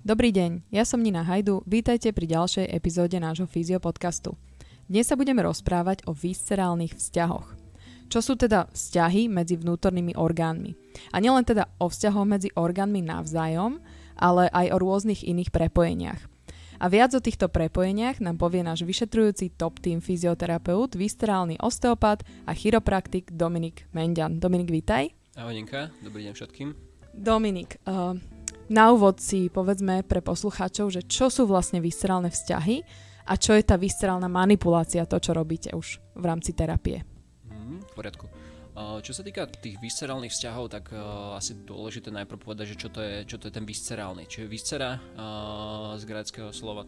Dobrý deň, ja som Nina Hajdu, vítajte pri ďalšej epizóde nášho fyziopodcastu. Dnes sa budeme rozprávať o viscerálnych vzťahoch. Čo sú teda vzťahy medzi vnútornými orgánmi? A nielen teda o vzťahoch medzi orgánmi navzájom, ale aj o rôznych iných prepojeniach. A viac o týchto prepojeniach nám povie náš vyšetrujúci top team fyzioterapeut, viscerálny osteopat a chiropraktik Dominik Menďan. Dominik, vítaj. Ahoj Ninka, dobrý deň všetkým. Dominik, na úvod si povedzme pre poslucháčov, že čo sú vlastne viscerálne vzťahy a čo je tá viscerálna manipulácia, to čo robíte už v rámci terapie. V poriadku. Čo sa týka tých viscerálnych vzťahov, tak asi dôležité najprv povedať, že čo to je ten viscerálny. Čiže viscera z gréckeho slova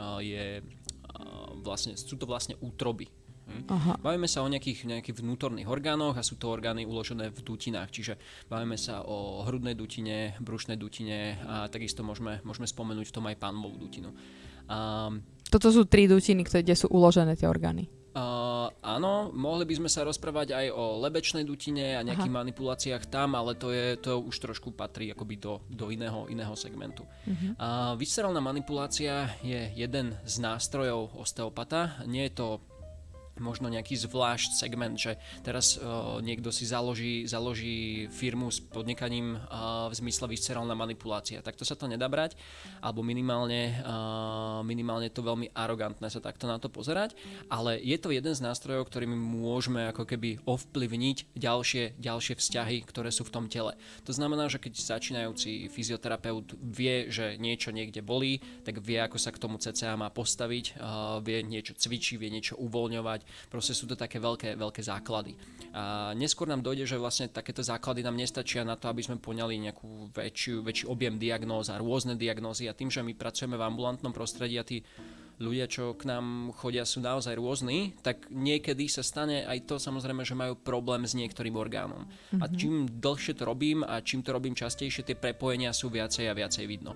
sú to vlastne útroby. Aha. Bavíme sa o nejakých vnútorných orgánoch a sú to orgány uložené v dutinách, čiže bavíme sa o hrudnej dutine, brušnej dutine a takisto môžeme spomenúť v tom aj pánvovú dutinu. Toto sú 3 dutiny, kde sú uložené tie orgány. Áno, mohli by sme sa rozprávať aj o lebečnej dutine a nejakých manipuláciách tam, ale to už trošku patrí akoby do iného segmentu. Viscerálna manipulácia je jeden z nástrojov osteopata. Nie je to možno nejaký zvlášť segment, že teraz niekto si založí firmu s podnikaním v zmysle viscerálna manipulácia. Takto sa to nedá brať, alebo minimálne to veľmi arogantné sa takto na to pozerať, ale je to jeden z nástrojov, ktorými môžeme ako keby ovplyvniť ďalšie vzťahy, ktoré sú v tom tele. To znamená, že keď začínajúci fyzioterapeut vie, že niečo niekde bolí, tak vie, ako sa k tomu cca má postaviť, vie niečo cvičiť, vie niečo uvoľňovať. Proste sú to také veľké základy. A neskôr nám dojde, že vlastne takéto základy nám nestačia na to, aby sme poňali nejakú väčší objem diagnóz a rôzne diagnózy. A tým, že my pracujeme v ambulantnom prostredí a tí ľudia, čo k nám chodia, sú naozaj rôzni, tak niekedy sa stane aj to, samozrejme, že majú problém s niektorým orgánom. A čím dlhšie to robím a čím to robím častejšie, tie prepojenia sú viacej a viacej vidno.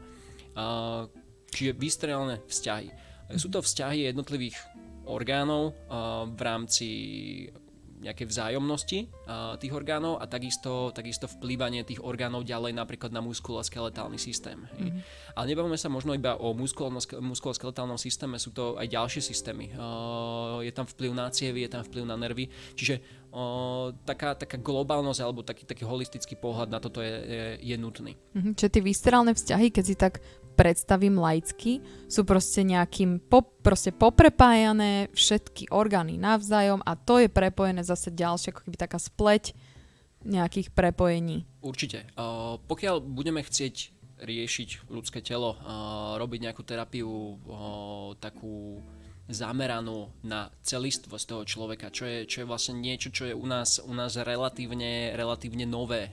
Čiže viscerálne vzťahy. Sú to vzťahy jednotlivých orgánov v rámci nejakej vzájomnosti tých orgánov a takisto vplývanie tých orgánov ďalej napríklad na muskuloskeletálny systém. Ale nebavíme sa možno iba o muskuloskeletálnom systéme, sú to aj ďalšie systémy. Je tam vplyv na cievy, je tam vplyv na nervy, čiže taká globálnosť alebo taký holistický pohľad na toto je nutný. Čiže tie viscerálne vzťahy, keď si tak predstavím laicky, sú proste nejakým poprepájané všetky orgány navzájom a to je prepojené zase ďalšie, ako keby taká spleť nejakých prepojení. Určite. Pokiaľ budeme chcieť riešiť ľudské telo, robiť nejakú terapiu takú zameranú na celistvosť toho človeka, čo je vlastne niečo, čo je u nás relatívne nové.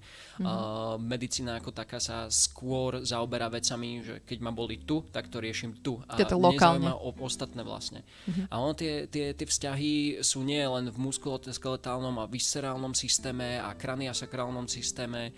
Medicína ako taká sa skôr zaoberá vecami, že keď ma boli tu, tak to riešim tu. A nezaujíma o ostatné vlastne. A ono tie vzťahy sú nie len v muskuloskeletálnom a viscerálnom systéme a kraniosakrálnom systéme,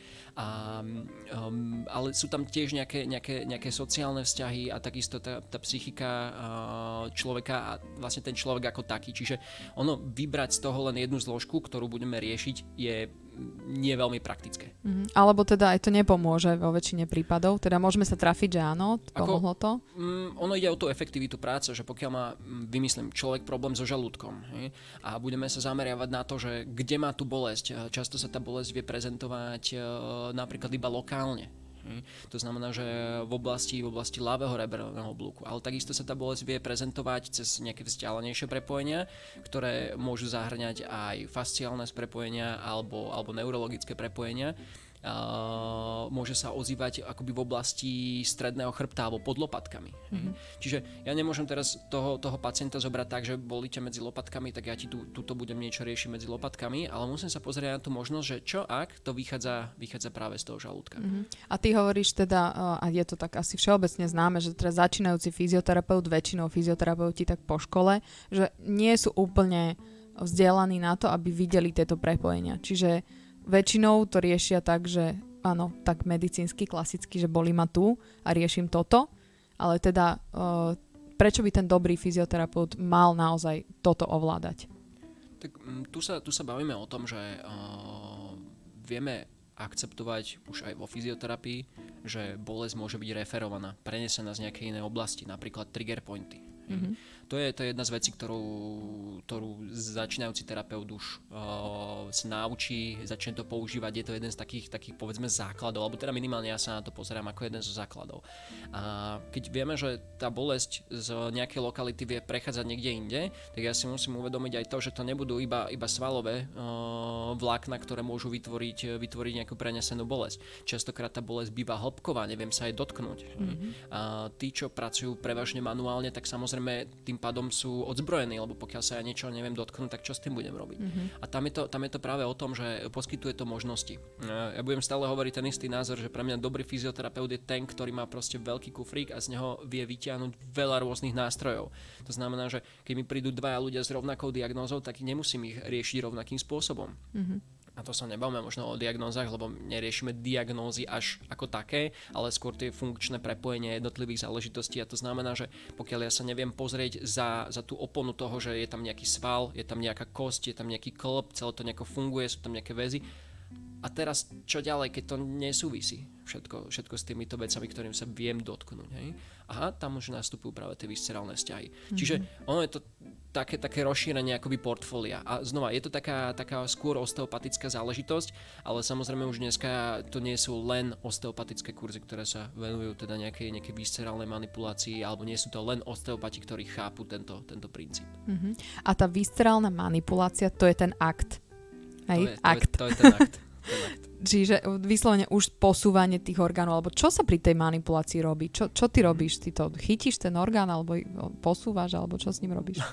ale sú tam tiež nejaké sociálne vzťahy a takisto tá psychika človeka a vlastne ten človek ako taký. Čiže ono vybrať z toho len jednu zložku, ktorú budeme riešiť, je nie veľmi praktické. Alebo teda aj to nepomôže vo väčšine prípadov. Teda môžeme sa trafiť, že áno, pomohlo to? Ono ide o tú efektivitu práce, že pokiaľ má, vymyslím, človek problém so žalúdkom a budeme sa zameriavať na to, že kde má tú bolesť. Často sa tá bolesť vie prezentovať napríklad iba lokálne. To znamená, že v oblasti ľavého reberného oblúku. Ale takisto sa tá bolesť vie prezentovať cez nejaké vzdialenejšie prepojenia, ktoré môžu zahŕňať aj fasciálne prepojenia alebo neurologické prepojenia. Môže sa ozývať akoby v oblasti stredného chrbta alebo pod lopatkami. Čiže ja nemôžem teraz toho pacienta zobrať tak, že bolíte medzi lopatkami, tak ja ti tuto budem niečo riešiť medzi lopatkami, ale musím sa pozrieť na tú možnosť, že čo ak to vychádza práve z toho žalúdka. A ty hovoríš teda, a je to tak asi všeobecne známe, že teraz začínajúci fyzioterapeut, väčšinou fyzioterapeuti tak po škole, že nie sú úplne vzdelaní na to, aby videli tieto prepojenia. Čiže väčšinou to riešia tak, že áno, tak medicínsky, klasicky, že bolí ma tu a riešim toto, ale teda prečo by ten dobrý fyzioterapeut mal naozaj toto ovládať? Tak tu sa bavíme o tom, že vieme akceptovať už aj vo fyzioterapii, že bolesť môže byť referovaná, prenesená z nejakej inej oblasti, napríklad trigger pointy. To je jedna z vecí, ktorú začínajúci terapeut už sa naučí, začne to používať. Je to jeden z takých povedzme základov, alebo teda minimálne ja sa na to pozerám ako jeden zo základov. A keď vieme, že tá bolesť z nejakej lokality vie prechádzať niekde inde, tak ja si musím uvedomiť aj to, že to nebudú iba svalové vlákna, ktoré môžu vytvoriť nejakú prenesenú bolesť. Častokrát tá bolesť býva hĺbková, neviem sa aj dotknúť. A tí, čo pracujú prevažne manuálne, tak samozrejme tým pádom sú odzbrojení, lebo pokiaľ sa ja niečo neviem dotknúť, tak čo s tým budem robiť? A tam je to práve o tom, že poskytuje to možnosti. Ja budem stále hovoriť ten istý názor, že pre mňa dobrý fyzioterapeut je ten, ktorý má proste veľký kufrík a z neho vie vytiahnuť veľa rôznych nástrojov. To znamená, že keď mi prídu dvaja ľudia s rovnakou diagnózou, tak nemusím ich riešiť rovnakým spôsobom. A to sa nebavíme možno o diagnózach, lebo neriešime diagnózy až ako také, ale skôr tie funkčné prepojenie jednotlivých záležitostí. A to znamená, že pokiaľ ja sa neviem pozrieť za tú oponu toho, že je tam nejaký sval, je tam nejaká kosť, je tam nejaký klb, celé to nejako funguje, sú tam nejaké väzy. A teraz čo ďalej, keď to nesúvisí všetko s týmito vecami, ktorým sa viem dotknúť. Hej? Aha, tam už nastupujú práve tie viscerálne vzťahy. Čiže ono je to také rozšírenie akoby portfólia. A znova, je to taká skôr osteopatická záležitosť, ale samozrejme už dneska to nie sú len osteopatické kurzy, ktoré sa venujú teda nejakej viscerálnej manipulácii, alebo nie sú to len osteopati, ktorí chápu tento princíp. A tá viscerálna manipulácia, to je ten akt. Hej? To je ten akt. Čiže vyslovene už posúvanie tých orgánov, alebo čo sa pri tej manipulácii robí? Čo ty robíš? Ty to chytíš ten orgán, alebo posúvaš, alebo čo s ním robíš?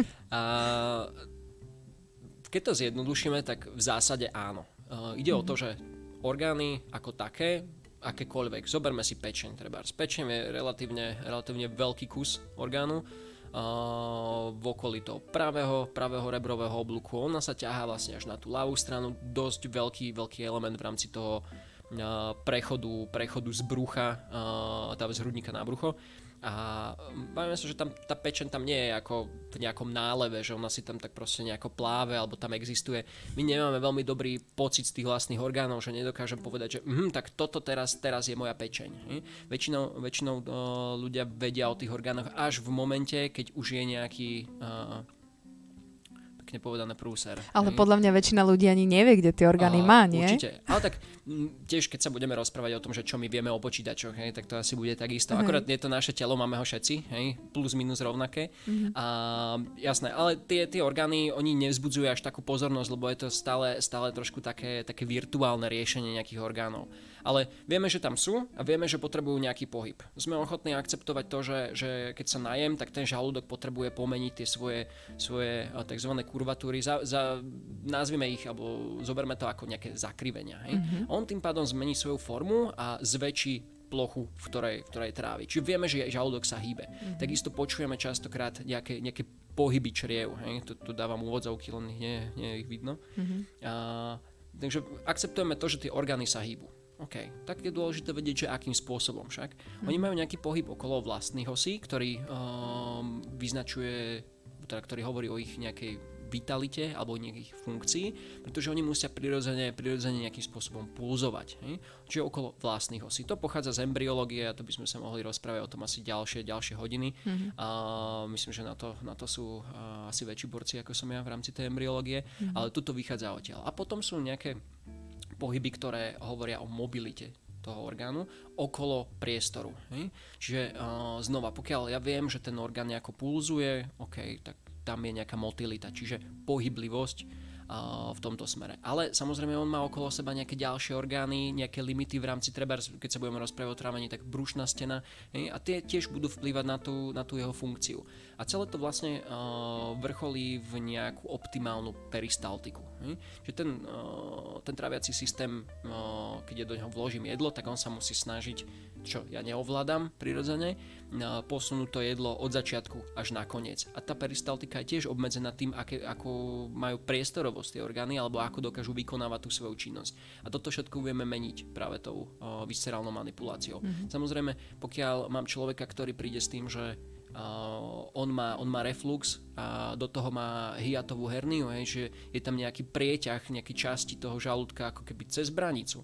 Keď to zjednodušíme, tak v zásade áno. Ide o to, že orgány ako také, akékoľvek, zoberme si pečeň, trebárs. Pečeň je relatívne veľký kus orgánu, v okolí toho pravého rebrového oblúku. Ona sa ťahá vlastne až na tú ľavú stranu. Dosť veľký element v rámci toho prechodu z brucha, z hrudníka na brucho. A bavíme sa, že tam tá pečeň tam nie je ako v nejakom náleve, že ona si tam tak proste nejako pláve alebo tam existuje. My nemáme veľmi dobrý pocit z tých vlastných orgánov, že nedokážem povedať, že tak toto teraz je moja pečeň. Väčšinou ľudia vedia o tých orgánoch až v momente, keď už je nejaký pekne povedané prúser. Ale podľa mňa väčšina ľudí ani nevie, kde tie orgány má, nie? Určite. Ale tak tiež, keď sa budeme rozprávať o tom, že čo my vieme o počítačoch, tak to asi bude takisto. Akorát je to naše telo, máme ho všetci, plus minus rovnaké. A jasné, ale tie orgány, oni nevzbudzujú až takú pozornosť, lebo je to stále trošku také virtuálne riešenie nejakých orgánov. Ale vieme, že tam sú a vieme, že potrebujú nejaký pohyb. Sme ochotní akceptovať to, že keď sa najem, tak ten žalúdok potrebuje pomeniť tie svoje tzv. Kurvatúry, nazvime ich, alebo zoberme to ako nejaké zakrivenia. On tým pádom zmení svoju formu a zväčší plochu, v ktorej trávi. Čiže vieme, že žalúdok sa hýbe. Takisto počujeme častokrát nejaké pohyby čriev. Tu dávam úvodzovky, len nie je ich vidno. Takže akceptujeme to, že tie orgány sa hýbu. OK, tak je dôležité vedieť, že akým spôsobom však. Oni majú nejaký pohyb okolo vlastných osí, ktorý vyznačuje, teda ktorý hovorí o ich nejakej vitalite alebo nejakých funkcií, pretože oni musia prirodzene nejakým spôsobom pulzovať. Čiže okolo vlastných osí. To pochádza z embryológie a to by sme sa mohli rozprávať o tom asi ďalšie hodiny. A myslím, že na to sú asi väčší borci ako som ja v rámci tej embryológie, ale tuto vychádza odtiaľ. A potom sú nejaké pohyby, ktoré hovoria o mobilite toho orgánu okolo priestoru. Čiže znova, pokiaľ ja viem, že ten orgán nejako pulzuje, OK, tak tam je nejaká motilita, čiže pohyblivosť v tomto smere. Ale samozrejme on má okolo seba nejaké ďalšie orgány, nejaké limity v rámci trebárs, keď sa budeme rozprávať o trávení, tak brušná stena, a tie tiež budú vplývať na tú jeho funkciu. A celé to vlastne vrcholí v nejakú optimálnu peristaltiku. Že ten tráviaci systém, keď do neho vložím jedlo, tak on sa musí snažiť, čo ja neovládam prirodzene, posunúť to jedlo od začiatku až na koniec. A tá peristaltika je tiež obmedzená tým, ako majú priestorovosť tie orgány, alebo ako dokážu vykonávať tú svoju činnosť. A toto všetko vieme meniť práve tou viscerálnou manipuláciou. Samozrejme, pokiaľ mám človeka, ktorý príde s tým, že on má reflux a do toho má hiatovú herniu, že je tam nejaký prieťah, nejaké časti toho žalúdka ako keby cez branicu.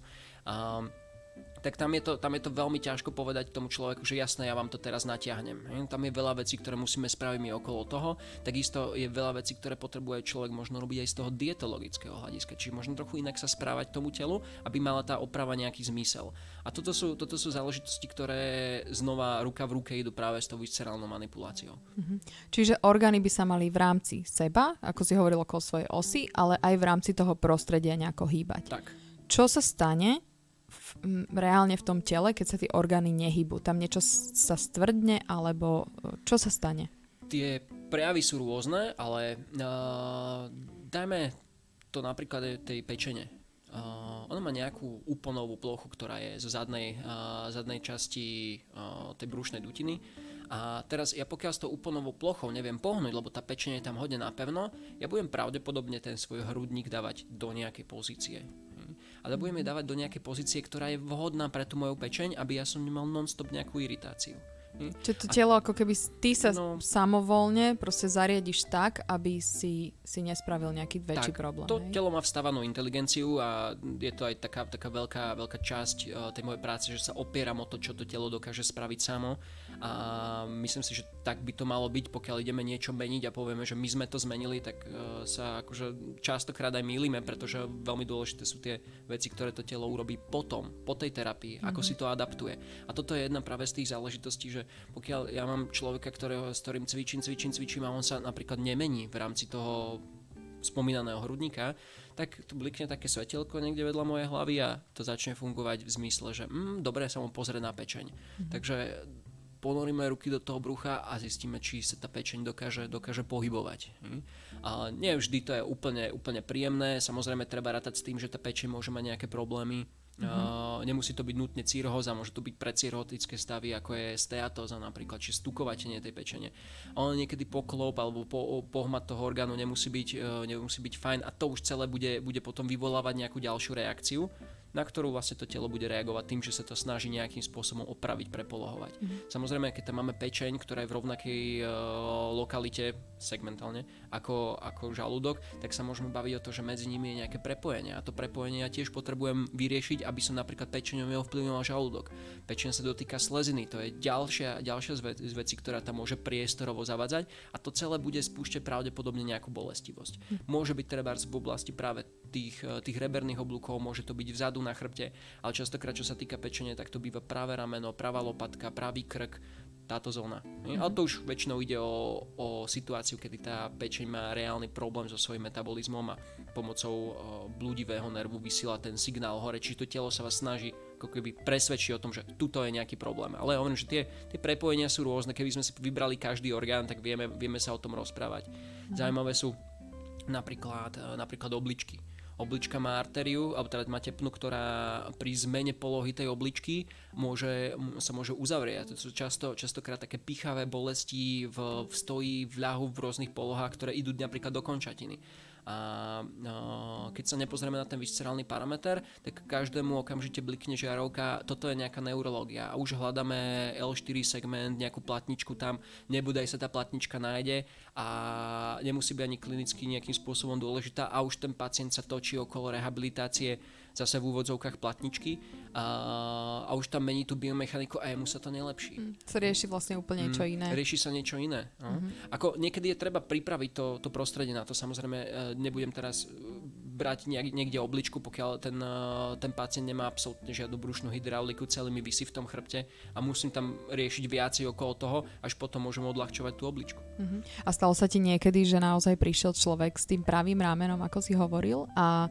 Tak tam je to veľmi ťažko povedať tomu človeku, že jasné, ja vám to teraz natiahnem. Tam je veľa vecí, ktoré musíme spraviť my okolo toho. Takisto je veľa vecí, ktoré potrebuje človek možno robiť aj z toho dietologického hľadiska. Čiže možno trochu inak sa správať tomu telu, aby mala tá oprava nejaký zmysel. A toto sú záležitosti, ktoré znova ruka v ruke idú práve s tou viscerálnou manipuláciou. Čiže orgány by sa mali v rámci seba, ako si hovoril, okolo svojej osy, ale aj v rámci toho prostredia nejako hýbať. Tak. Čo sa stane reálne v tom tele, keď sa tie orgány nehýbu? Tam niečo sa stvrdne, alebo čo sa stane? Tie prejavy sú rôzne, ale dajme to napríklad tej pečene. Ona má nejakú úponovú plochu, ktorá je zo zadnej časti tej brušnej dutiny. A teraz ja pokiaľ s tou úponovou plochou neviem pohnúť, lebo tá pečenie je tam hodne napevno, ja budem pravdepodobne ten svoj hrudník dávať do nejakej pozície. Ale budeme dávať do nejakej pozície, ktorá je vhodná pre tú moju pečeň, aby ja som nemal non-stop nejakú iritáciu. Čiže to telo, ako keby ty sa samovolne proste zariadiš tak, aby si nespravil nejaký väčší problém. To telo má vstávanú inteligenciu a je to aj taká veľká časť tej mojej práce, že sa opieram o to, čo to telo dokáže spraviť samo. A myslím si, že tak by to malo byť, pokiaľ ideme niečo meniť a povieme, že my sme to zmenili, tak sa akože častokrát aj mýlime, pretože veľmi dôležité sú tie veci, ktoré to telo urobí potom, po tej terapii, ako si to adaptuje. A toto je jedna práve z tých záležitostí, že pokiaľ ja mám človeka, s ktorým cvičím a on sa napríklad nemení v rámci toho spomínaného hrudníka, tak tu blikne také svetelko niekde vedľa mojej hlavy a to začne fungovať v zmysle, že dobre sa mu pozrieť na pečeň. Takže ponoríme ruky do toho brucha a zistíme, či sa tá pečeň dokáže pohybovať. A nie vždy to je úplne príjemné, samozrejme treba rátať s tým, že tá pečeň môže mať nejaké problémy. Nemusí to byť nutne cirhóza, môže to byť predcirhotické stavy, ako je steatóza napríklad, či stukovatenie tej pečene. Ale niekedy poklop alebo pohmat toho orgánu nemusí byť fajn a to už celé bude potom vyvolávať nejakú ďalšiu reakciu, na ktorú vlastne to telo bude reagovať tým, že sa to snaží nejakým spôsobom opraviť, prepolohovať. Samozrejme, keď tam máme pečeň, ktorá je v rovnakej lokalite segmentálne ako žalúdok, tak sa môžeme baviť o to, že medzi nimi je nejaké prepojenie a to prepojenie ja tiež potrebujem vyriešiť, aby som napríklad pečeňom ovplyvňoval žalúdok. Pečeň sa dotýka sleziny, to je ďalšia z vecí, ktorá tam môže priestorovo zavadzať a to celé bude spúšťať pravdepodobne nejakú bolestivosť. Môže byť trebárs v oblasti práve tých reberných oblúkov, môže to byť vzadu na chrbte, ale častokrát, čo sa týka pečenia, tak to býva práve rameno, pravá lopatka, pravý krk, táto zóna. Ale to už väčšinou ide o situáciu, kedy tá pečeň má reálny problém so svojím metabolizmom a pomocou blúdivého nervu vysiela ten signál hore, či to telo sa vás snaží ako keby presvedčiť o tom, že tuto je nejaký problém. Ale hovorím, že tie prepojenia sú rôzne, keby sme si vybrali každý orgán, tak vieme sa o tom rozprávať. Zaujímavé sú napríklad obličky. Oblička má artériu, alebo teda má tepnu, ktorá pri zmene polohy tej obličky sa môže uzavrieť. To sú častokrát také pichavé bolesti v stoji, v ľahu, v rôznych polohách, ktoré idú napríklad do končatiny. A keď sa nepozrieme na ten viscerálny parameter, tak každému okamžite blikne žiarovka, toto je nejaká neurológia a už hľadáme L4 segment, nejakú platničku tam, nebudaj sa tá platnička nájde a nemusí byť ani klinicky nejakým spôsobom dôležitá a už ten pacient sa točí okolo rehabilitácie zase v úvodzovkách platničky a už tam mení tú biomechaniku a jemu sa to nelepší. Sa rieši vlastne úplne niečo iné. Rieši sa niečo iné. Ako niekedy je treba pripraviť to prostredie na to. Samozrejme, nebudem teraz brať niekde obličku, pokiaľ ten pacient nemá absolútne žiadnu brušnú hydrauliku, celý mi visí v tom chrbte a musím tam riešiť viacej okolo toho, až potom môžem odľahčovať tú obličku. A stalo sa ti niekedy, že naozaj prišiel človek s tým pravým rámenom, ako si hovoril,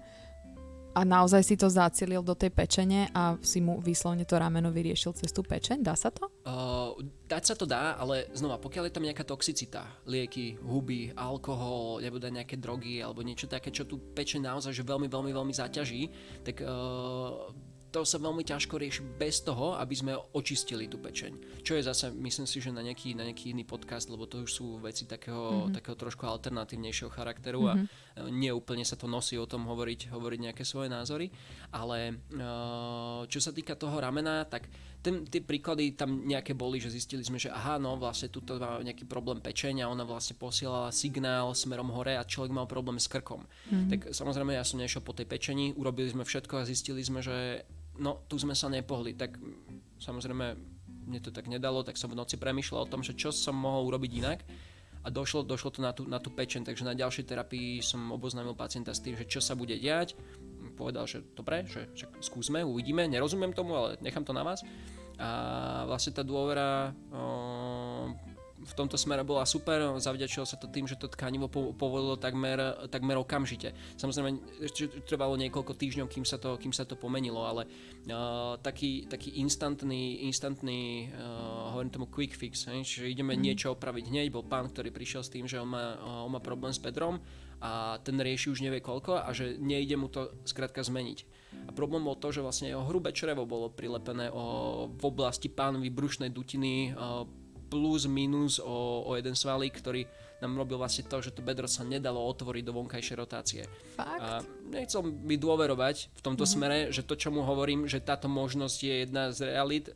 a naozaj si to zacielil do tej pečene a si mu výslovne to rameno vyriešil cez tú pečeň? Dá sa to? Dať sa to dá, ale znova, pokiaľ je tam nejaká toxicita, lieky, huby, alkohol, nebo nejaké drogy alebo niečo také, čo tú pečeň naozaj že veľmi, veľmi, veľmi zaťaží, tak to sa veľmi ťažko rieši bez toho, aby sme očistili tú pečeň. Čo je zase, myslím si, že na nejaký iný podcast, lebo to už sú veci takého trošku alternatívnejšieho charakteru a nie úplne sa to nosí o tom hovoriť nejaké svoje názory, ale čo sa týka toho ramena, tak tie príklady tam nejaké boli, že zistili sme, že aha, no vlastne tuto má nejaký problém pečenia, ona vlastne posielala signál smerom hore a človek mal problém s krkom. Tak samozrejme ja som nešiel po tej pečení, urobili sme všetko a zistili sme, že no tu sme sa nepohli, tak samozrejme mne to tak nedalo, tak som v noci premýšľal o tom, že čo som mohol urobiť inak a došlo to na tú pečeň, takže na ďalšej terapii som oboznámil pacienta s tým, že čo sa bude diať. Povedal, že dobre, že skúsme, uvidíme, nerozumiem tomu, ale nechám to na vás. A vlastne tá dôvera v tomto smere bola super, zavďačilo sa to tým, že to tkanivo povolilo takmer okamžite. Samozrejme, trvalo niekoľko týždňov, kým sa to pomenilo, ale taký instantný hovorím tomu quick fix, čiže ideme niečo opraviť hneď. Bol pán, ktorý prišiel s tým, že on má problém s bedrom a ten rieši už nevie koľko a že nejde mu to skrátka zmeniť. A problém bol to, že vlastne jeho hrubé črevo bolo prilepené v oblasti pánovej brušnej dutiny plus minus o jeden svalík, ktorý nám robil vlastne to, že to bedro sa nedalo otvoriť do vonkajšej rotácie. Fakt? A nechcel mi dôverovať v tomto smere, že to, čo mu hovorím, že táto možnosť je jedna z realít,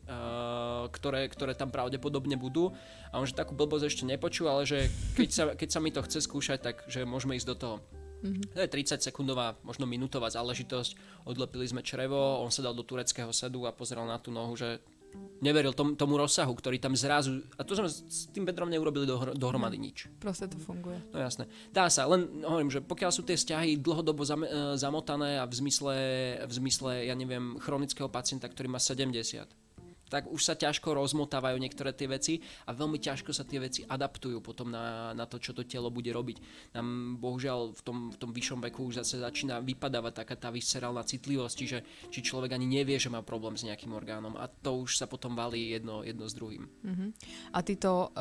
ktoré tam pravdepodobne budú. A on že takú blbosť ešte nepočul, ale že keď sa mi to chce skúšať, tak že môžeme ísť do toho. To je 30 sekundová, možno minútová záležitosť. Odlepili sme črevo, on sa dal do tureckého sedu a pozeral na tú nohu, že neveril tomu rozsahu, ktorý tam zrazu... A to sme s tým bedrom neurobili dohromady nič. Proste to funguje. No jasné. Dá sa, len hovorím, že pokiaľ sú tie vzťahy dlhodobo zamotané a v zmysle, ja neviem, chronického pacienta, ktorý má 70, tak už sa ťažko rozmotávajú niektoré tie veci a veľmi ťažko sa tie veci adaptujú potom na to, čo to telo bude robiť. Nám bohužiaľ v tom vyššom veku už zase začína vypadávať taká tá viscerálna citlivosť, čiže či človek ani nevie, že má problém s nejakým orgánom a to už sa potom valí jedno s druhým. A ty to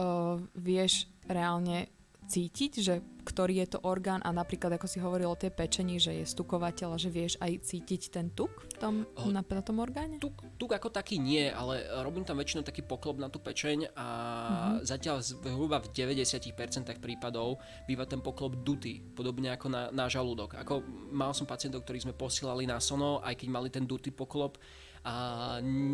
vieš reálne cítiť, že ktorý je to orgán a napríklad, ako si hovoril o tej pečení, že je stukovateľ a že vieš aj cítiť ten tuk na tom orgáne? Tuk ako taký nie, ale robím tam väčšinou taký poklop na tú pečeň a zatiaľ zhruba v 90% prípadov býva ten poklop dutý, podobne ako na žalúdok. Ako mal som pacientov, ktorých sme posielali na sono, aj keď mali ten dutý poklop a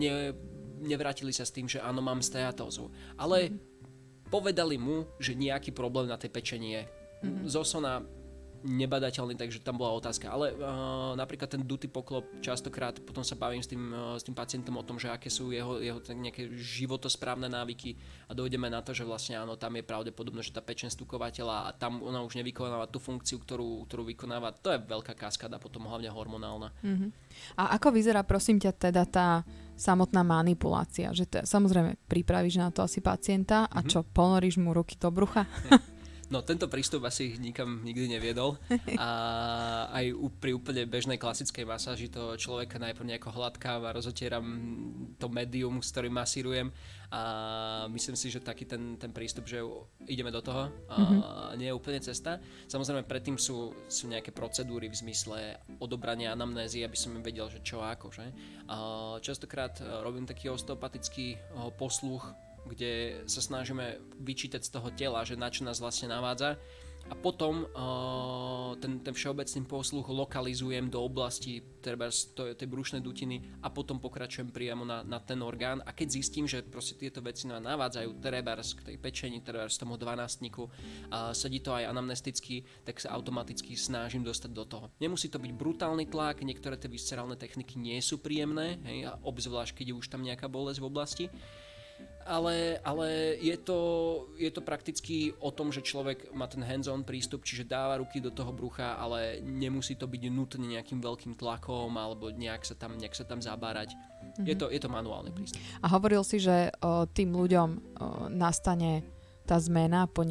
nevrátili sa s tým, že áno, mám steatózu. Ale povedali mu, že nejaký problém na tej pečení je. Zo sona nebadateľný, takže tam bola otázka. Ale napríklad ten dutý poklop častokrát, potom sa bavím s tým pacientom o tom, že aké sú jeho nejaké životosprávne návyky a dojdeme na to, že vlastne áno, tam je pravdepodobné, že tá pečeň stukovateľa a tam ona už nevykonáva tú funkciu, ktorú vykonáva. To je veľká kaskada, potom hlavne hormonálna. A ako vyzerá, prosím ťa, teda tá samotná manipulácia? Že samozrejme pripravíš na to asi pacienta a čo, ponoríš mu ruky do brucha? No tento prístup asi nikam nikdy neviedol a aj pri úplne bežnej klasickej masáži to človeka najprv nejako hladkám a rozotieram to médium, s ktorým masírujem a myslím si, že taký ten prístup, že ideme do toho, nie je úplne cesta. Samozrejme predtým sú nejaké procedúry v zmysle odobrania anamnézy, aby som vedel, že čo a ako. Že? Častokrát robím taký osteopatický posluch, kde sa snažíme vyčítať z toho tela, že na čo nás vlastne navádza a potom ten všeobecný posluch lokalizujem do oblasti tej brušnej dutiny a potom pokračujem priamo na ten orgán a keď zistím, že proste tieto veci ma navádzajú trebárs k tej pečení, trebárs tomu dvanástniku a sedí to aj anamnesticky, tak sa automaticky snažím dostať do toho. Nemusí to byť brutálny tlak, niektoré tie viscerálne techniky nie sú príjemné, hej, a obzvlášť keď je už tam nejaká bolesť v oblasti. Ale je to prakticky o tom, že človek má ten hands-on prístup, čiže dáva ruky do toho brucha, ale nemusí to byť nutne nejakým veľkým tlakom alebo nejak sa tam zabárať. Je to manuálny prístup. A hovoril si, že tým ľuďom nastane tá zmena po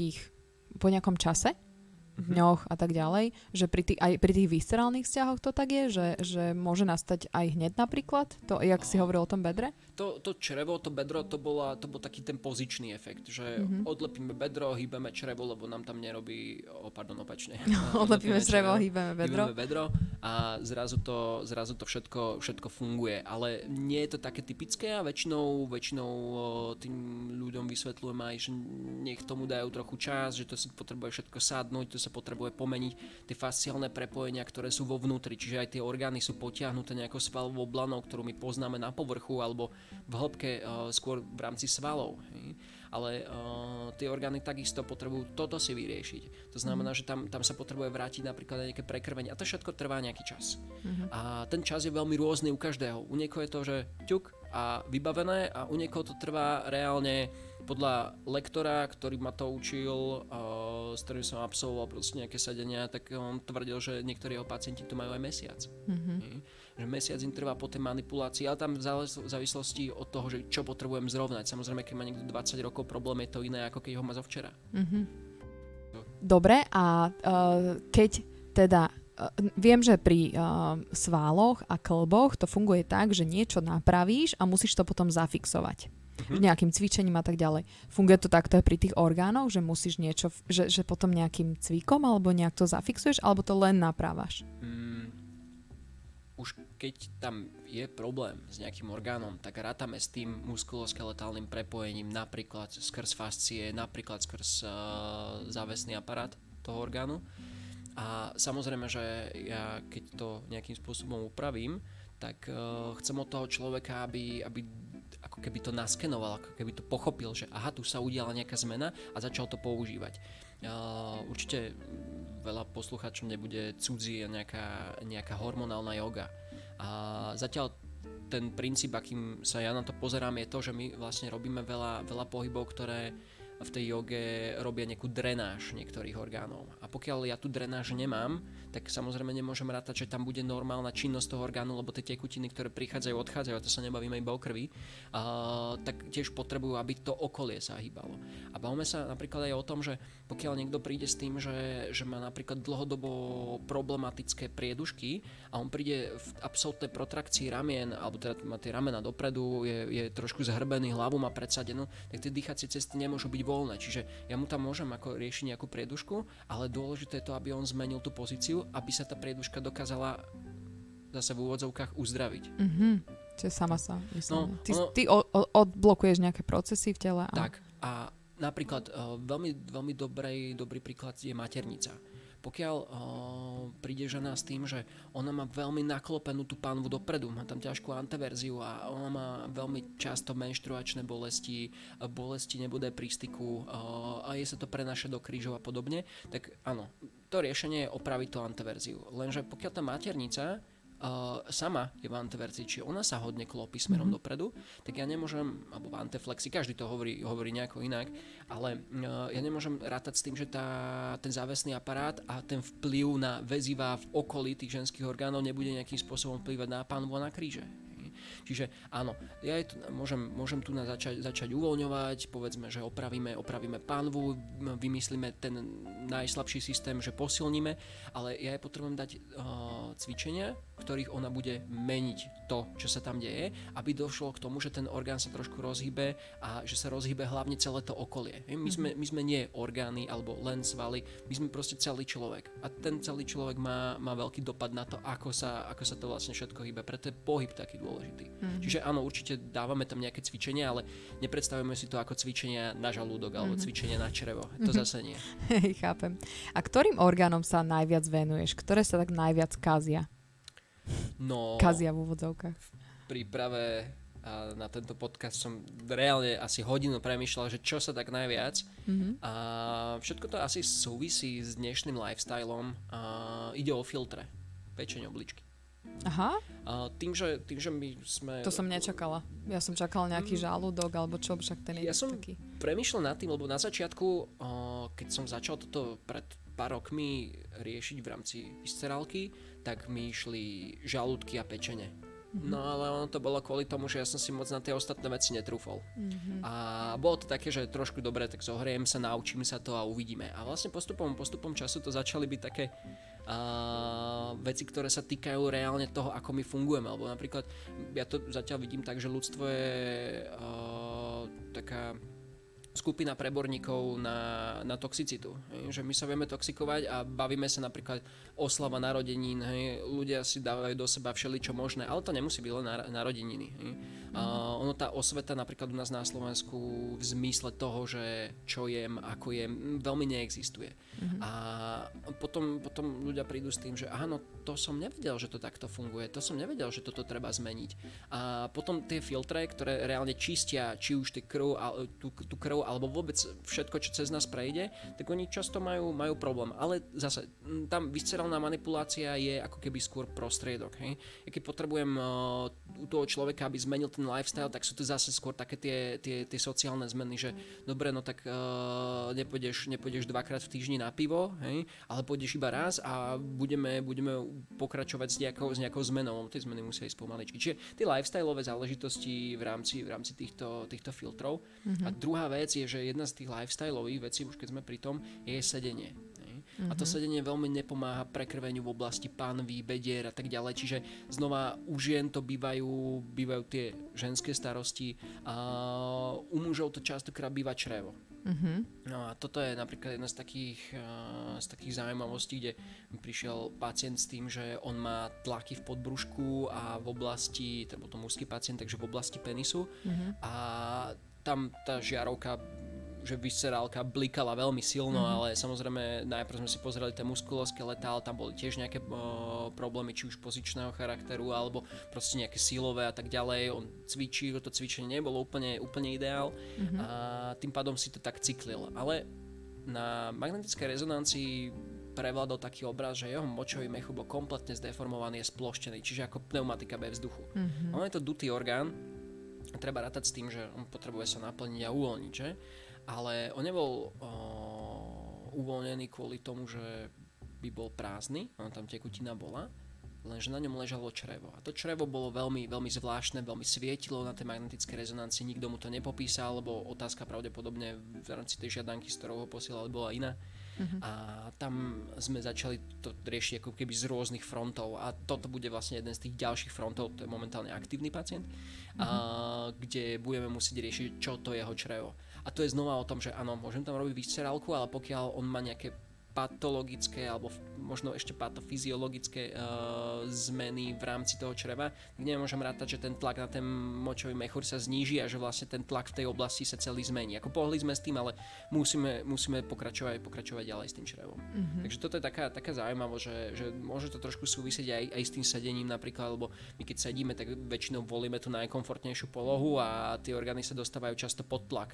nejakom čase? Dňoch a tak ďalej, že aj pri tých viscerálnych vzťahoch to tak je, že môže nastať aj hneď napríklad, to jak si hovoril o tom bedre? To črevo, to bedro, to bol taký ten pozičný efekt, že odlepíme bedro, hýbeme črevo, lebo nám tam nerobí, opačne. Odlepíme črevo, hýbeme bedro a zrazu to všetko funguje, ale nie je to také typické a väčšinou tým ľuďom vysvetľujem aj, že nech tomu dajú trochu čas, že to si potrebuje všetko sadnúť, to sa sa potrebuje pomeniť tie fasciálne prepojenia, ktoré sú vo vnútri, čiže aj tie orgány sú potiahnuté nejakou svalovou blanou, ktorú my poznáme na povrchu alebo v hĺbke skôr v rámci svalov. Ale tie orgány takisto potrebujú toto si vyriešiť. To znamená, že tam sa potrebuje vrátiť napríklad nejaké prekrvenie a to všetko trvá nejaký čas. A ten čas je veľmi rôzny u každého. U niekoho je to, že ťuk a vybavené a u niekoho to trvá reálne podľa lektora, ktorý ma to učil, s ktorým som absolvoval proste nejaké sedenia, tak on tvrdil, že niektorí jeho pacienti to majú aj mesiac. Že mesiac im trvá po tej manipulácii, ale tam v závislosti od toho, že čo potrebujem zrovnať. Samozrejme, keď má niekto 20 rokov problém, je to iné, ako keď ho má zo včera. Dobre, a keď teda viem, že pri sváloch a klboch to funguje tak, že niečo napravíš a musíš to potom zafixovať. Nejakým cvičením a tak ďalej. Funguje to takto aj pri tých orgánoch, že musíš niečo, že potom nejakým cvikom alebo nejak to zafixuješ, alebo to len naprávaš? Už keď tam je problém s nejakým orgánom, tak rátame s tým muskuloskeletálnym prepojením, napríklad skrz fascie, napríklad skrz závesný aparát toho orgánu. A samozrejme, že ja keď to nejakým spôsobom upravím, tak chcem od toho človeka, aby ako keby to naskenoval, ako keby to pochopil, že aha, tu sa udiala nejaká zmena a začal to používať. Určite veľa poslucháčom nebude cudzí nejaká hormonálna joga. A zatiaľ ten princíp, akým sa ja na to pozerám, je to, že my vlastne robíme veľa pohybov, ktoré v tej joge robia nejakú drenáž niektorých orgánov. A pokiaľ ja tú drenáž nemám, tak samozrejme nemôžem rátať, že tam bude normálna činnosť toho orgánu, lebo tie tekutiny, ktoré prichádzajú, odchádzajú, a to sa nebavíme iba o krvi, tak tiež potrebujú, aby to okolie sa hýbalo. A bavíme sa napríklad aj o tom, že pokiaľ niekto príde s tým, že má napríklad dlhodobo problematické priedušky a on príde v absolútnej protrakcii ramien, alebo teda má tie ramena dopredu, je trošku zhrbený, hlavu má predsadenú, tak tie dýchacie cesty nemôžu byť voľné. Čiže ja mu tam môžem ako riešiť nejakú priedušku, ale dôležité je to, aby on zmenil tú pozíciu, aby sa tá prieduška dokázala zase v úvodzovkách uzdraviť. Čiže sama sa myslím. Ty odblokuješ nejaké procesy v tele. Tak. A napríklad veľmi dobrý príklad je maternica. Pokiaľ príde žena s tým, že ona má veľmi naklopenú tú panvu dopredu, má tam ťažkú anteverziu a ona má veľmi často menštruačné bolesti nebude pri styku a jej sa to prenáša do krížov a podobne, tak áno, to riešenie je opraviť tú anteverziu. Lenže pokiaľ tá maternica sama je v anteverzii, či ona sa hodne klopí smerom dopredu, tak ja nemôžem, alebo v anteflexii, každý to hovorí nejako inak, ale ja nemôžem rátať s tým, že ten závesný aparát a ten vplyv na väzivá v okolí tých ženských orgánov nebude nejakým spôsobom vplyvať na panvu a na kríže. Čiže áno, ja môžem tu začať uvoľňovať, povedzme, že opravíme panvu, vymyslíme ten najslabší systém, že posilníme, ale ja jej potrebujem dať cvičenia, ktorých ona bude meniť to, čo sa tam deje, aby došlo k tomu, že ten orgán sa trošku rozhýbe a že sa rozhýbe hlavne celé to okolie. My sme nie orgány alebo len svaly, my sme proste celý človek. A ten celý človek má veľký dopad na to, ako sa to vlastne všetko hýbe. Preto je pohyb taký dôležitý. Čiže áno, určite dávame tam nejaké cvičenia, ale nepredstavujeme si to ako cvičenia na žalúdok alebo cvičenia na črevo. To zase nie. Chápem. A ktorým orgánom sa najviac venuješ? Ktoré sa tak najviac kazia? Kazia v úvodzovkách. V príprave na tento podcast som reálne asi hodinu premýšľal, že čo sa tak najviac. A všetko to asi súvisí s dnešným lifestylom. Ide o filtre, pečeň, obličky. Aha. Tým, že my sme... To som nečakala. Ja som čakala nejaký žalúdok, alebo čo, však ten je taký. Ja som premýšľal nad tým, lebo na začiatku, keď som začal toto pred pár rokmi riešiť v rámci viscerálky, tak mi išli žalúdky a pečene. No ale ono to bolo kvôli tomu, že ja som si moc na tie ostatné veci netrúfol. A bolo to také, že trošku dobre, tak zohriem sa, naučím sa to a uvidíme. A vlastne postupom času to začali byť také veci, ktoré sa týkajú reálne toho, ako my fungujeme. Lebo napríklad, ja to zatiaľ vidím tak, že ľudstvo je taká skupina preborníkov na toxicitu. Že my sa vieme toxikovať a bavíme sa napríklad oslava narodenín, ľudia si dávajú do seba všeličo možné, ale to nemusí byť len narodeniny. Ono tá osveta napríklad u nás na Slovensku v zmysle toho, že čo jem, ako jem, veľmi neexistuje. A potom ľudia prídu s tým, že áno, to som nevedel, že to takto funguje, to som nevedel, že toto treba zmeniť. A potom tie filtre, ktoré reálne čistia či už tú krv alebo vôbec všetko, čo cez nás prejde, tak oni často majú problém. Ale zase, tam viscerálna manipulácia je ako keby skôr prostriedok. Keď potrebujem u toho človeka, aby zmenil ten lifestyle, tak sú to zase skôr také tie sociálne zmeny, že dobre, no tak nepôjdeš dvakrát v týždni na pivo, ale pôjdeš iba raz a budeme pokračovať s nejakou zmenou. Tie zmeny musia ísť pomaličky. Čiže tie lifestyleové záležitosti v rámci týchto filtrov. A druhá vec je, že jedna z tých lifestyleových vecí, už keď sme pri tom, je sedenie. A to sedenie veľmi nepomáha prekrveniu v oblasti pánvy, bedier a tak ďalej. Čiže znova u žien to bývajú tie ženské starosti a u mužov to častokrát býva črevo. No a toto je napríklad jedna z takých zaujímavostí, kde prišiel pacient s tým, že on má tlaky v podbrušku a v oblasti, to bol to mužský pacient, takže v oblasti penisu a tam tá žiarovka, že viscerálka blikala veľmi silno, ale samozrejme najprv sme si pozreli tie muskuloskeletál, tam boli tiež nejaké problémy, či už pozičného charakteru, alebo proste nejaké silové a tak ďalej. On cvičí, to cvičenie nebolo úplne ideál a tým pádom si to tak cyklil. Ale na magnetickej rezonancii prevládol taký obraz, že jeho močový mechúr bol kompletne zdeformovaný a sploštený, čiže ako pneumatika bez vzduchu. On je to dutý orgán, treba rátať s tým, že on potrebuje sa naplniť a uvoľniť, že? Ale on nebol uvoľnený kvôli tomu, že by bol prázdny, tam tekutina bola, lenže na ňom ležalo črevo. A to črevo bolo veľmi, veľmi zvláštne, veľmi svietilo na tej magnetickej rezonancii, nikto mu to nepopísal, lebo otázka pravdepodobne v rámci tej žiadanky, s ktorou ho posielali, bola iná. A tam sme začali to riešiť ako keby z rôznych frontov a toto bude vlastne jeden z tých ďalších frontov, to je momentálne aktívny pacient, kde budeme musieť riešiť, čo to jeho črevo. A to je znova o tom, že áno, môžem tam robiť viscerálku, ale pokiaľ on má nejaké patologické alebo možno ešte patofyziologické zmeny v rámci toho čreva, tak nemôžem rátať, že ten tlak na ten močový mechúr sa zníži a že vlastne ten tlak v tej oblasti sa celý zmení. Ako pohli sme s tým, ale musíme pokračovať ďalej s tým črevom. Takže toto je taká zaujímavosť, že môže to trošku súvisieť aj s tým sedením napríklad, lebo my keď sedíme, tak väčšinou volíme tú najkomfortnejšiu polohu a tie orgány sa dostávajú často pod tlak.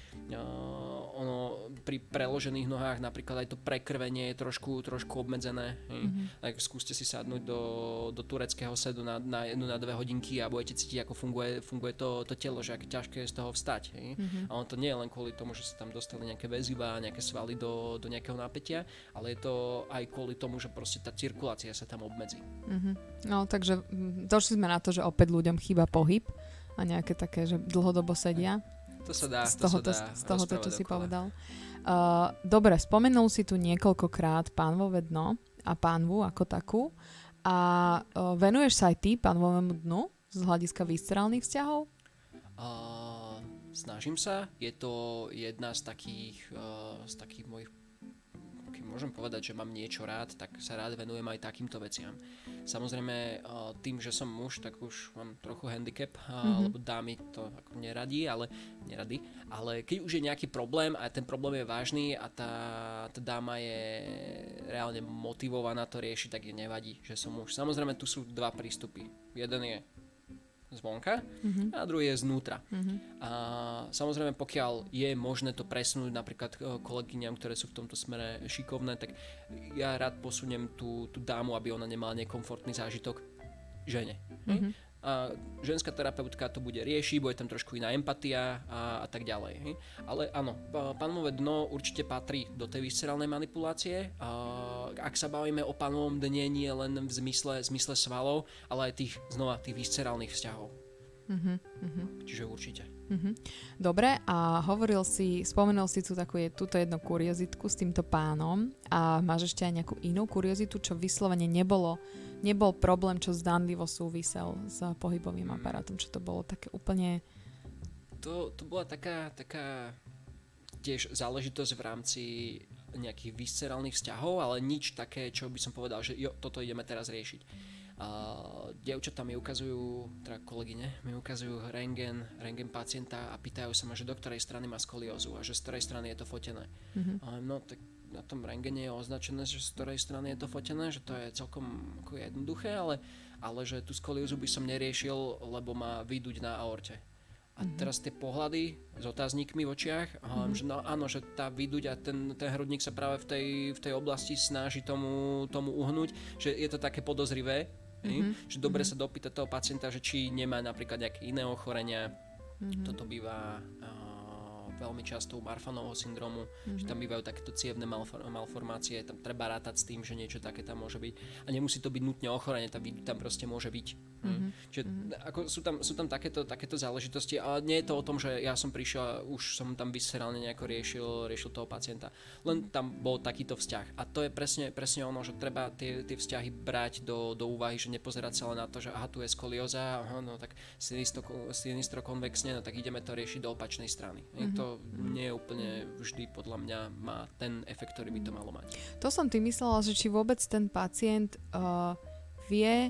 Ono pri preložených nohách napríklad aj to prekrvenie je trošku obmedzené. Tak skúste si sadnúť do tureckého sedu na 1-2 hodinky a budete cítiť, ako funguje to telo, že aké ťažké je z toho vstať. A on to nie je len kvôli tomu, že sa tam dostali nejaké väzivá, nejaké svaly do nejakého napätia, ale je to aj kvôli tomu, že proste tá cirkulácia sa tam obmedzí. No, takže došli sme na to, že opäť ľuďom chýba pohyb a nejaké také, že dlhodobo sedia. To sa dá. Z tohoto, čo si povedal. Dobre, spomenul si tu niekoľkokrát pánvové dno a pánvu ako takú. A venuješ sa aj ty pánvovému dnu z hľadiska viscerálnych vzťahov? Snažím sa. Je to jedna z takých mojich, keď môžem povedať, že mám niečo rád, tak sa rád venujem aj takýmto veciam. Samozrejme, tým, že som muž, tak už mám trochu handicap, lebo dámy to ako neradi, ale keď už je nejaký problém a ten problém je vážny a tá dáma je reálne motivovaná to riešiť, tak je nevadí, že som muž. Samozrejme, tu sú dva prístupy. Jeden je zvonka a druhý je znútra. A samozrejme, pokiaľ je možné to presunúť napríklad kolegyňam, ktoré sú v tomto smere šikovné, tak ja rád posuniem tú dámu, aby ona nemala nekomfortný zážitok žene. A ženská terapeutka to bude riešiť, bude tam trošku iná empatia a tak ďalej. Ale áno, pánvové dno určite patrí do tej viscerálnej manipulácie. Ak sa bavíme o pánovom dne, nie len v zmysle svalov, ale aj tých viscerálnych vzťahov. Čiže určite. Dobre, a spomenul si tu túto jednu kuriozitku s týmto pánom a máš ešte aj nejakú inú kuriozitu, čo vyslovene nebol problém, čo zdanlivo súvisel s pohybovým aparátom, čo to bolo také úplne... To bola taká tiež záležitosť v rámci nejakých viscerálnych vzťahov, ale nič také, čo by som povedal, že jo, toto ideme teraz riešiť. Dievčatá mi ukazujú, teda kolegyne, mi ukazujú rentgen pacienta a pýtajú sa ma, že do ktorej strany má skoliózu a že z ktorej strany je to fotené. No tak na tom rentgene je označené, že z ktorej strany je to fotené, že to je celkom ako jednoduché, ale že tú skoliózu by som neriešil, lebo má výduť na aorte. A teraz tie pohľady s otáznikmi v očiach, že no áno, že tá výduť a ten hrudník sa práve v tej oblasti snaží tomu uhnúť, že je to také podozrivé, že dobre sa dopýta toho pacienta, že či nemá napríklad nejaké iné ochorenia. Toto býva veľmi často u Marfanovho syndromu, že tam bývajú takéto cievne malformácie, tam treba rátať s tým, že niečo také tam môže byť. A nemusí to byť nutne ochorenie, tá výduť tam proste môže byť. Čiže ako sú tam takéto záležitosti, ale nie je to o tom, že ja som prišiel a už som tam viscerálne nejako riešil toho pacienta. Len tam bol takýto vzťah. A to je presne ono, že treba tie vzťahy brať do úvahy, že nepozerať sa len na to, že aha, tu je skolióza, no tak sinistro-konvexne, no tak ideme to riešiť do opačnej strany. To nie je úplne vždy podľa mňa má ten efekt, ktorý by to malo mať. To som tým myslela, že či vôbec ten pacient vie,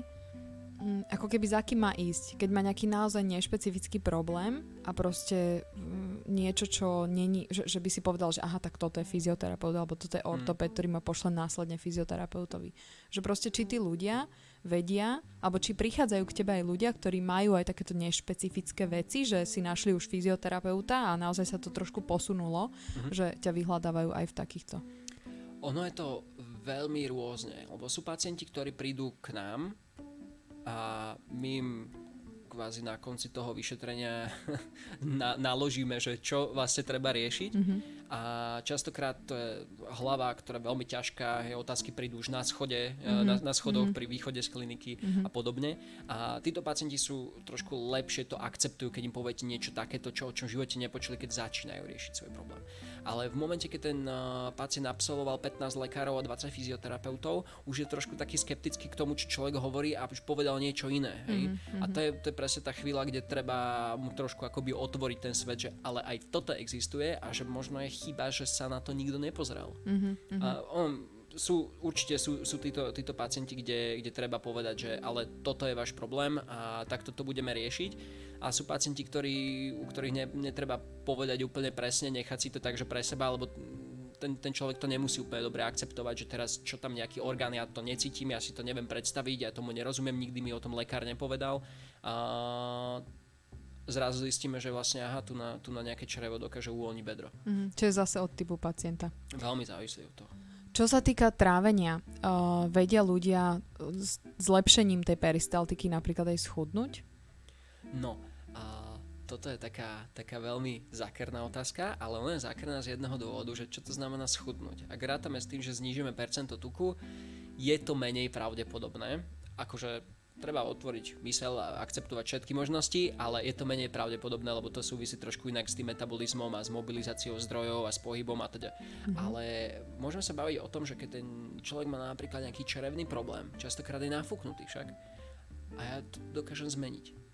ako keby za kým má ísť, keď má nejaký naozaj nešpecifický problém a proste niečo, čo není, že by si povedal, že aha, tak toto je fyzioterapeut alebo toto je ortoped, ktorý ma pošle následne fyzioterapeutovi. Že proste či tí ľudia vedia, alebo či prichádzajú k tebe aj ľudia, ktorí majú aj takéto nešpecifické veci, že si našli už fyzioterapeuta a naozaj sa to trošku posunulo, že ťa vyhľadávajú aj v takýchto. Ono je to veľmi rôzne, lebo sú pacienti, ktorí prídu k nám a my im kvázi na konci toho vyšetrenia naložíme, že čo vlastne treba riešiť. A častokrát to je hlava, ktorá je veľmi ťažká, otázky prídu už na schode, na schodoch pri východe z kliniky a podobne. A títo pacienti sú trošku lepšie to akceptujú, keď im poviete niečo takéto, o čom v živote nepočuli, keď začínajú riešiť svoj problém. Ale v momente, keď ten pacient absolvoval 15 lekárov a 20 fyzioterapeutov, už je trošku taký skeptický k tomu, čo človek hovorí a už povedal niečo iné. Hej? A to je presne tá chvíľa, kde treba mu trošku akoby otvoriť ten svet, že ale aj toto existuje a že možno je chyba, že sa na to nikto nepozrel. Určite sú títo pacienti, kde treba povedať, že ale toto je váš problém a takto to budeme riešiť. A sú pacienti, u ktorých netreba povedať úplne presne, nechať si to tak, že pre seba, alebo ten človek to nemusí úplne dobre akceptovať, že teraz čo tam nejaký orgán, ja to necítim, ja si to neviem predstaviť, ja tomu nerozumiem, nikdy mi o tom lekár nepovedal. Zrazu zistíme, že vlastne aha, tu na nejaké črevo dokáže uvoľniť bedro. Čo je zase od typu pacienta. Veľmi závislí od toho. Čo sa týka trávenia, vedia ľudia s zlepšením tej peristaltiky napríklad aj schudnúť? No, toto je taká veľmi zákerná otázka, ale ona je zákerná z jedného dôvodu, že čo to znamená schudnúť. Ak rátame s tým, že znížime percento tuku, je to menej pravdepodobné. Akože treba otvoriť myseľ a akceptovať všetky možnosti, ale je to menej pravdepodobné, lebo to súvisí trošku inak s tým metabolizmom a s mobilizáciou zdrojov a s pohybom a teda. Ale môžeme sa baviť o tom, že keď ten človek má napríklad nejaký črevný problém, častokrát je nafúknutý však, a ja to dokážem zmeniť.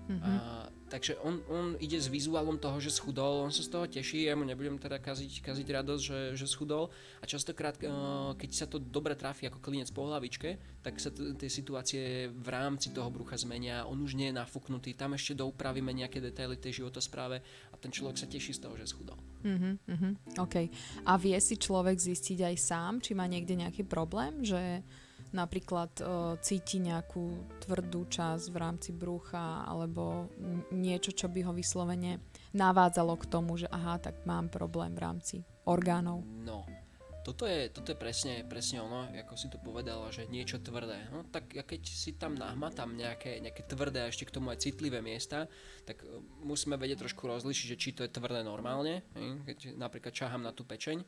Takže on ide s vizuálom toho, že schudol, on sa z toho teší, ja mu nebudem teda kaziť radosť, že schudol a častokrát, keď sa to dobre trafí ako klinec po hlavičke, tak sa tie situácie v rámci toho brucha zmenia, on už nie je nafúknutý, tam ešte doupravíme nejaké detaily tej životospráve a ten človek sa teší z toho, že schudol. OK. A vie si človek zistiť aj sám, či má niekde nejaký problém, že napríklad cíti nejakú tvrdú časť v rámci brucha alebo niečo, čo by ho vyslovene navádzalo k tomu, že aha, tak mám problém v rámci orgánov. No, toto je presne ono, ako si to povedala, že niečo tvrdé. No tak ja keď si tam nahmatám nejaké tvrdé a ešte k tomu aj citlivé miesta, tak musíme vedieť trošku rozlišiť, že či to je tvrdé normálne, keď napríklad čahám na tú pečeň,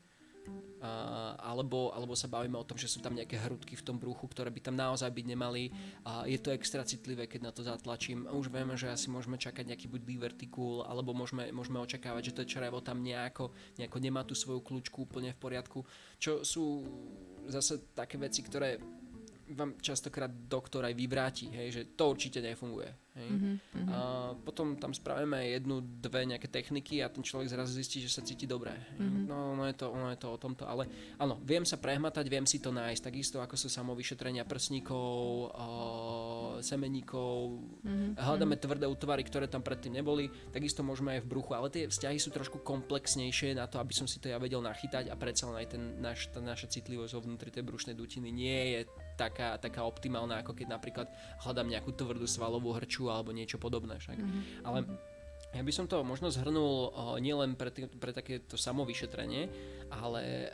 alebo sa bavíme o tom, že sú tam nejaké hrudky v tom bruchu, ktoré by tam naozaj byť nemali a je to extra citlivé, keď na to zatlačím a už vieme, že asi môžeme čakať nejaký buď divertikul, alebo môžeme očakávať, že to črevo tam nejako nemá tú svoju kľúčku úplne v poriadku, čo sú zase také veci, ktoré vám častokrát doktor aj vyvráti, hej, že to určite nefunguje. A potom tam spravíme 1-2 nejaké techniky a ten človek zrazu zistí, že sa cíti dobre. No, ono je to o tomto, ale áno, viem sa prehmatať, viem si to nájsť, takisto ako sú samovyšetrenia prsníkov, semeníkov, hľadáme tvrdé útvary, ktoré tam predtým neboli, takisto môžeme aj v bruchu, ale tie vzťahy sú trošku komplexnejšie na to, aby som si to ja vedel nachytať a predsa len aj tá naša citlivosť vo vnútri tej brušnej dutiny nie je taká optimálna, ako keď napríklad hľadám nejakú tvrdú svalovú hrču alebo niečo podobné však. Ale ja by som to možno zhrnul nielen pre takéto samovyšetrenie, ale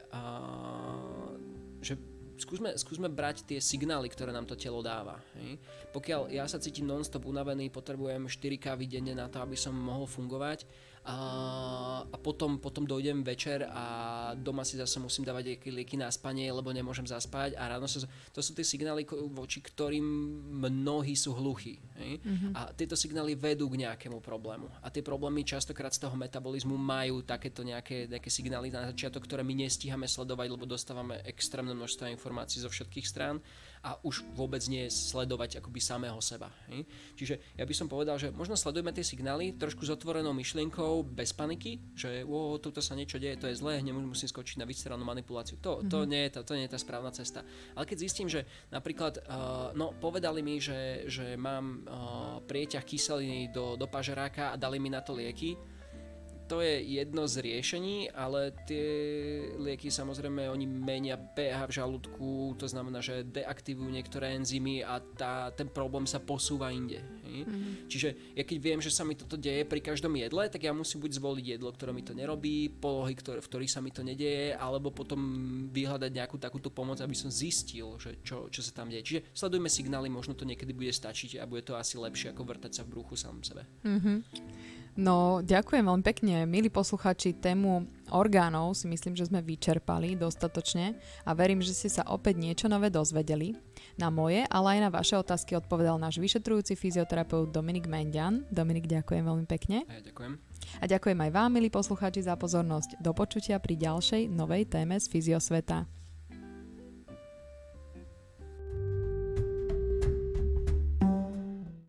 že skúsme brať tie signály, ktoré nám to telo dáva. Hej. Pokiaľ ja sa cítim non-stop unavený, potrebujem 4 kávy denne na to, aby som mohol fungovať a potom dojdem večer a doma si zase musím dávať lieky na spanie, lebo nemôžem zaspať a ráno to sú tie signály, voči ktorým mnohí sú hluchí. Hej. A tieto signály vedú k nejakému problému. A tie problémy častokrát z toho metabolizmu majú takéto nejaké signály na začiatok, ktoré my nestíhame sledovať, lebo dostávame extrémne množstvo informácií zo všetkých strán a už vôbec nie sledovať akoby samého seba. Hej. Čiže ja by som povedal, že možno sledujeme tie signály trošku s otvorenou myšlienkou, bez paniky, že tuto sa niečo deje, to je zlé, musím skočiť na viscerálnu manipuláciu. To nie je tá správna cesta. Ale keď zistím, že napríklad povedali mi, že mám prieťah kyseliny do pažeráka a dali mi na to lieky, to je jedno z riešení, ale tie lieky samozrejme oni menia pH v žalúdku, to znamená, že deaktivujú niektoré enzymy a ten problém sa posúva inde. Čiže ja keď viem, že sa mi toto deje pri každom jedle, tak ja musím buď zvoliť jedlo, ktoré mi to nerobí, polohy, v ktorých sa mi to nedeje, alebo potom vyhľadať nejakú takúto pomoc, aby som zistil, že čo sa tam deje. Čiže sledujme signály, možno to niekedy bude stačiť a bude to asi lepšie ako vrtať sa v bruchu sám sebe. No, ďakujem veľmi pekne. Milí posluchači, tému orgánov si myslím, že sme vyčerpali dostatočne a verím, že ste sa opäť niečo nové dozvedeli. Na moje, ale aj na vaše otázky odpovedal náš vyšetrujúci fyzioterapeut Dominik Mendian. Dominik, ďakujem veľmi pekne. A ja ďakujem. A ďakujem aj vám, milí posluchači, za pozornosť. Do počutia pri ďalšej novej téme z fyziosveta.